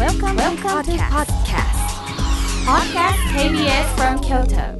Welcome to podcast. Podcast KBS from Kyoto.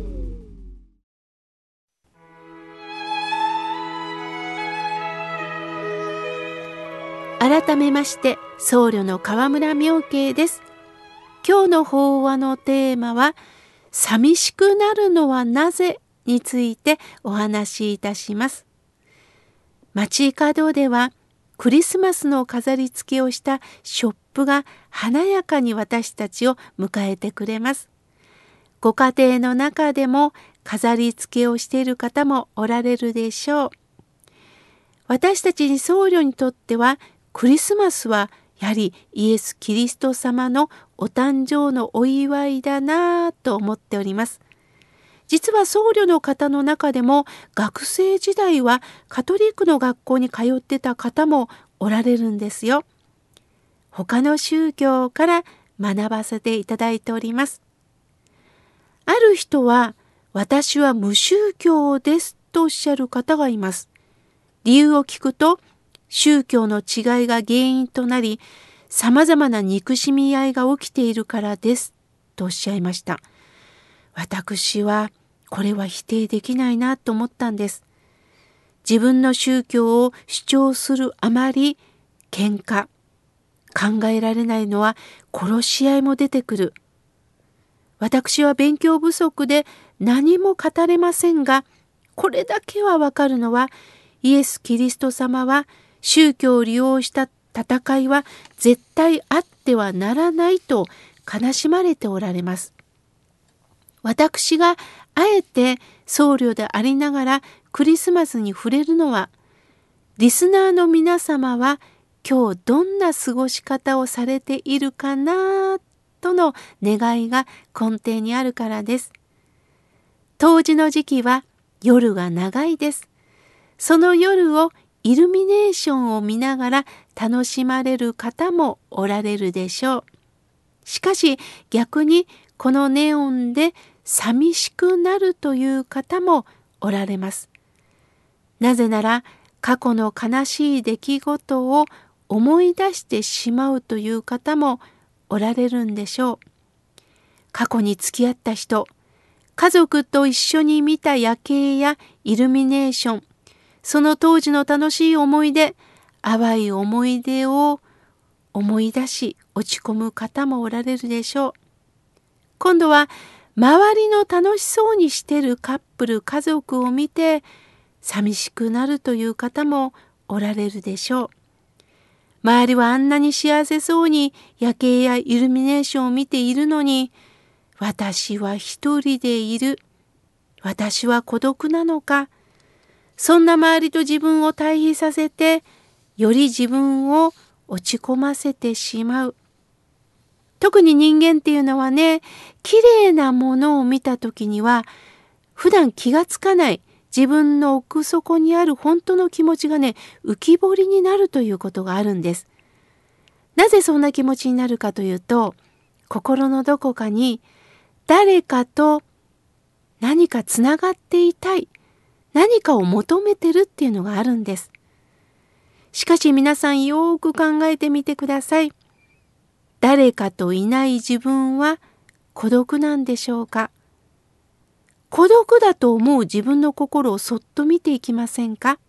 改めまして僧侶の河村妙慶です。今日の法話のテーマは寂しくなるのはなぜについてお話しいたします。街角ではクリスマスの飾り付けをしたショップが華やかに私たちを迎えてくれます。ご家庭の中でも飾り付けをしている方もおられるでしょう。私たち僧侶にとってはクリスマスはやはりイエス・キリスト様のお誕生のお祝いだなぁと思っております。実は僧侶の方の中でも学生時代はカトリックの学校に通ってた方もおられるんですよ。他の宗教から学ばせていただいております。ある人は私は無宗教ですとおっしゃる方がいます。理由を聞くと宗教の違いが原因となり様々な憎しみ合いが起きているからですとおっしゃいました。私はこれは否定できないなと思ったんです。自分の宗教を主張するあまり喧嘩、考えられないのは殺し合いも出てくる。私は勉強不足で何も語れませんが、これだけはわかるのはイエス・キリスト様は宗教を利用した戦いは絶対あってはならないと悲しまれておられます。私があえて僧侶でありながらクリスマスに触れるのは、リスナーの皆様は今日どんな過ごし方をされているかなとの願いが根底にあるからです。冬至の時期は夜が長いです。その夜をイルミネーションを見ながら楽しまれる方もおられるでしょう。しかし逆にこのネオンで寂しくなるという方もおられます。なぜなら過去の悲しい出来事を思い出してしまうという方もおられるんでしょう。過去に付き合った人、家族と一緒に見た夜景やイルミネーション、その当時の楽しい思い出、淡い思い出を思い出し落ち込む方もおられるでしょう。今度は周りの楽しそうにしているカップル、家族を見て寂しくなるという方もおられるでしょう。周りはあんなに幸せそうに夜景やイルミネーションを見ているのに、私は一人でいる。私は孤独なのか。そんな周りと自分を対比させて、より自分を落ち込ませてしまう。特に人間っていうのはね、綺麗なものを見た時には、普段気がつかない自分の奥底にある本当の気持ちがね、浮き彫りになるということがあるんです。なぜそんな気持ちになるかというと、心のどこかに誰かと何かつながっていたい、何かを求めてるっていうのがあるんです。しかし皆さんよーく考えてみてください。誰かといない自分は孤独なんでしょうか？孤独だと思う自分の心をそっと見ていきませんか？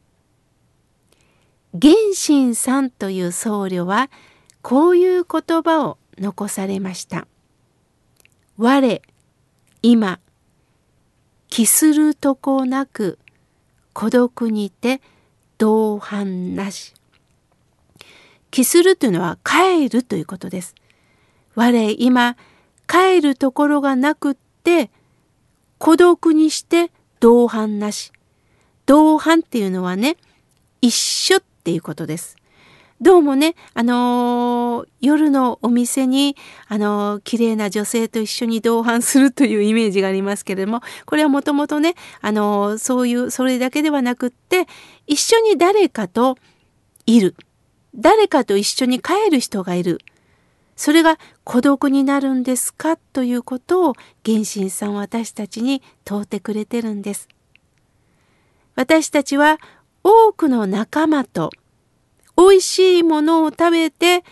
玄心さんという僧侶はこういう言葉を残されました。我、今、帰するとこなく、孤独にて同伴なし。帰するというのは帰るということです。我今帰るところがなくって孤独にして同伴なし。同伴っていうのはね、一緒っていうことです。どうもね、夜のお店に綺麗な女性と一緒に同伴するというイメージがありますけれども、これはもともとね、それだけではなくって一緒に誰かといる。誰かと一緒に帰る人がいる。それが孤独になるんですかということを玄心さんは私たちに問うてくれてるんです。私たちは多くの仲間と美味しいものを食べて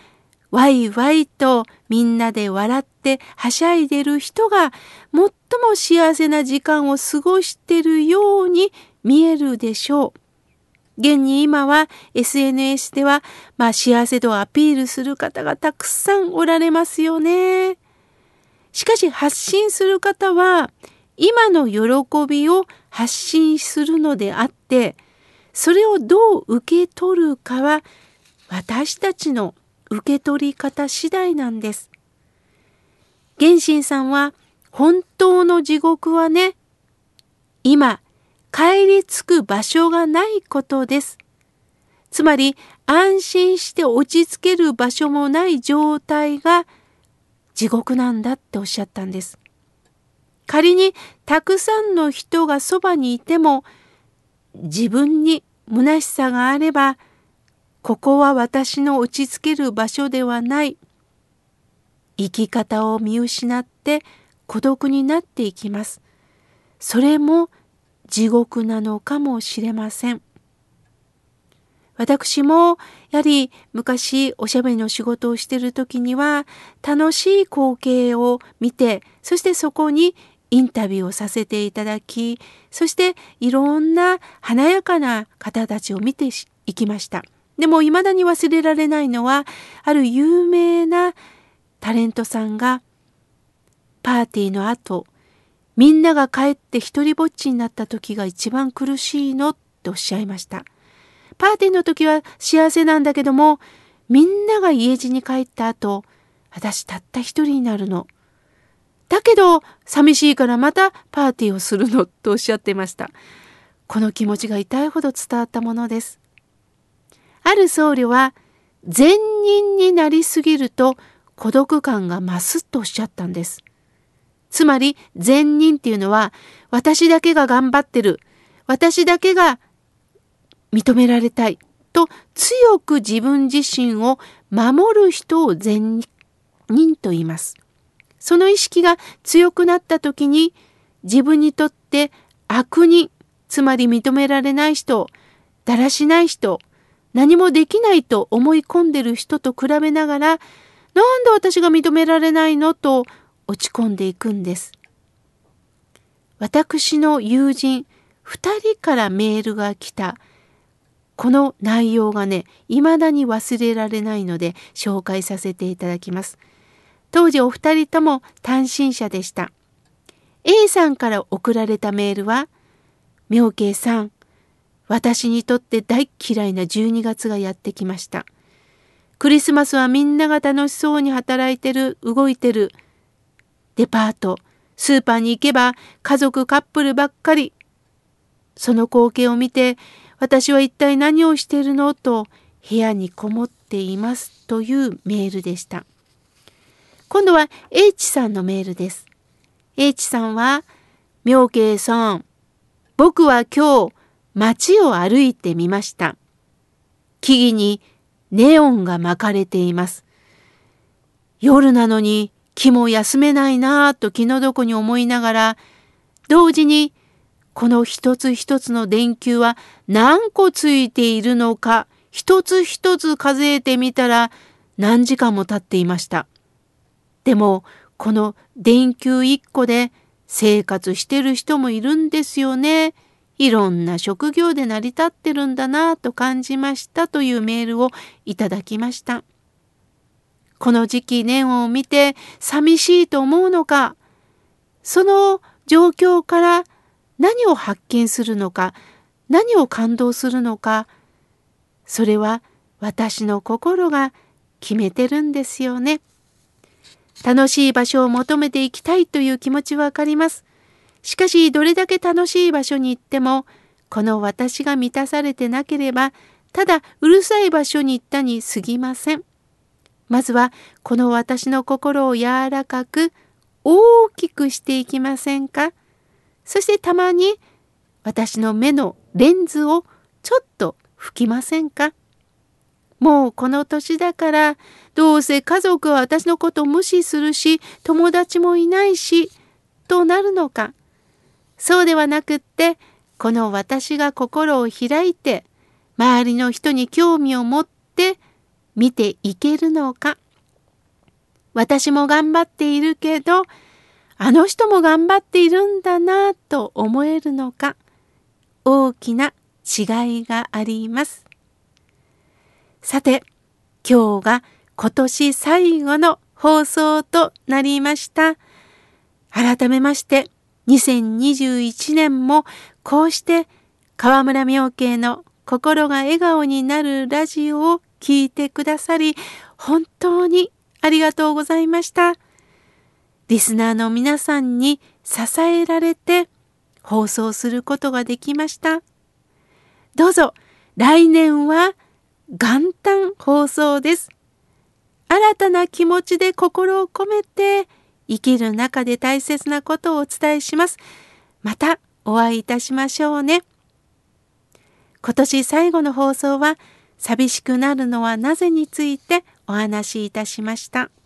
ワイワイとみんなで笑ってはしゃいでる人が最も幸せな時間を過ごしているように見えるでしょう。現に今は SNS では幸せ度をアピールする方がたくさんおられますよね。しかし発信する方は今の喜びを発信するのであって、それをどう受け取るかは私たちの受け取り方次第なんです。源信さんは本当の地獄はね、今帰り着く場所がないことです。つまり安心して落ち着ける場所もない状態が地獄なんだっておっしゃったんです。仮にたくさんの人がそばにいても、自分に虚しさがあれば、ここは私の落ち着ける場所ではない。生き方を見失って孤独になっていきます。それも地獄なのかもしれません。私もやはり昔おしゃべりの仕事をしている時には楽しい光景を見て、そしてそこにインタビューをさせていただき、そしていろんな華やかな方たちを見ていきました。でも未だに忘れられないのは、ある有名なタレントさんがパーティーの後、みんなが帰って一人ぼっちになった時が一番苦しいのっておっしゃいました。パーティーの時は幸せなんだけども、みんなが家路に帰った後、私たった一人になるの。だけど寂しいからまたパーティーをするのとおっしゃっていました。この気持ちが痛いほど伝わったものです。ある僧侶は善人になりすぎると孤独感が増すとおっしゃったんです。つまり善人っていうのは、私だけが頑張ってる、私だけが認められたいと強く自分自身を守る人を善人と言います。その意識が強くなった時に、自分にとって悪人、つまり認められない人、だらしない人、何もできないと思い込んでる人と比べながら、なんで私が認められないのと落ち込んでいくんです。私の友人2人からメールが来た。この内容がね、未だに忘れられないので紹介させていただきます。当時お二人とも単身者でした。A さんから送られたメールは、妙慶さん、私にとって大嫌いな12月がやってきました。クリスマスはみんなが楽しそうに働いてる、動いてる。デパート、スーパーに行けば家族カップルばっかり。その光景を見て、私は一体何をしているのと部屋にこもっていますというメールでした。今度は H さんのメールです。H さんは、妙慶さん、僕は今日街を歩いてみました。木々にネオンが巻かれています。夜なのに気も休めないなぁと気の毒に思いながら、同時にこの一つ一つの電球は何個ついているのか、一つ一つ数えてみたら何時間も経っていました。でもこの電球一個で生活してる人もいるんですよね。いろんな職業で成り立ってるんだなと感じましたというメールをいただきました。この時期ネオンを見て寂しいと思うのか、その状況から何を発見するのか、何を感動するのか、それは私の心が決めてるんですよね。楽しい場所を求めていきたいという気持ちはわかります。しかしどれだけ楽しい場所に行っても、この私が満たされてなければ、ただうるさい場所に行ったに過ぎません。まずはこの私の心を柔らかく大きくしていきませんか。そしてたまに私の目のレンズをちょっと拭きませんか。もうこの年だから、どうせ家族は私のことを無視するし、友達もいないし、となるのか。そうではなくって、この私が心を開いて、周りの人に興味を持って見ていけるのか。 私も頑張っているけど、あの人も頑張っているんだなと思えるのか、大きな違いがあります。さて、今日が今年最後の放送となりました。改めまして、2021年もこうして河村明慶の心が笑顔になるラジオを聞いてくださり、本当にありがとうございました。リスナーの皆さんに支えられて放送することができました。どうぞ来年は元旦放送です。新たな気持ちで心を込めて生きる中で大切なことをお伝えします。またお会いいたしましょうね。今年最後の放送は寂しくなるのはなぜについてお話しいたしました。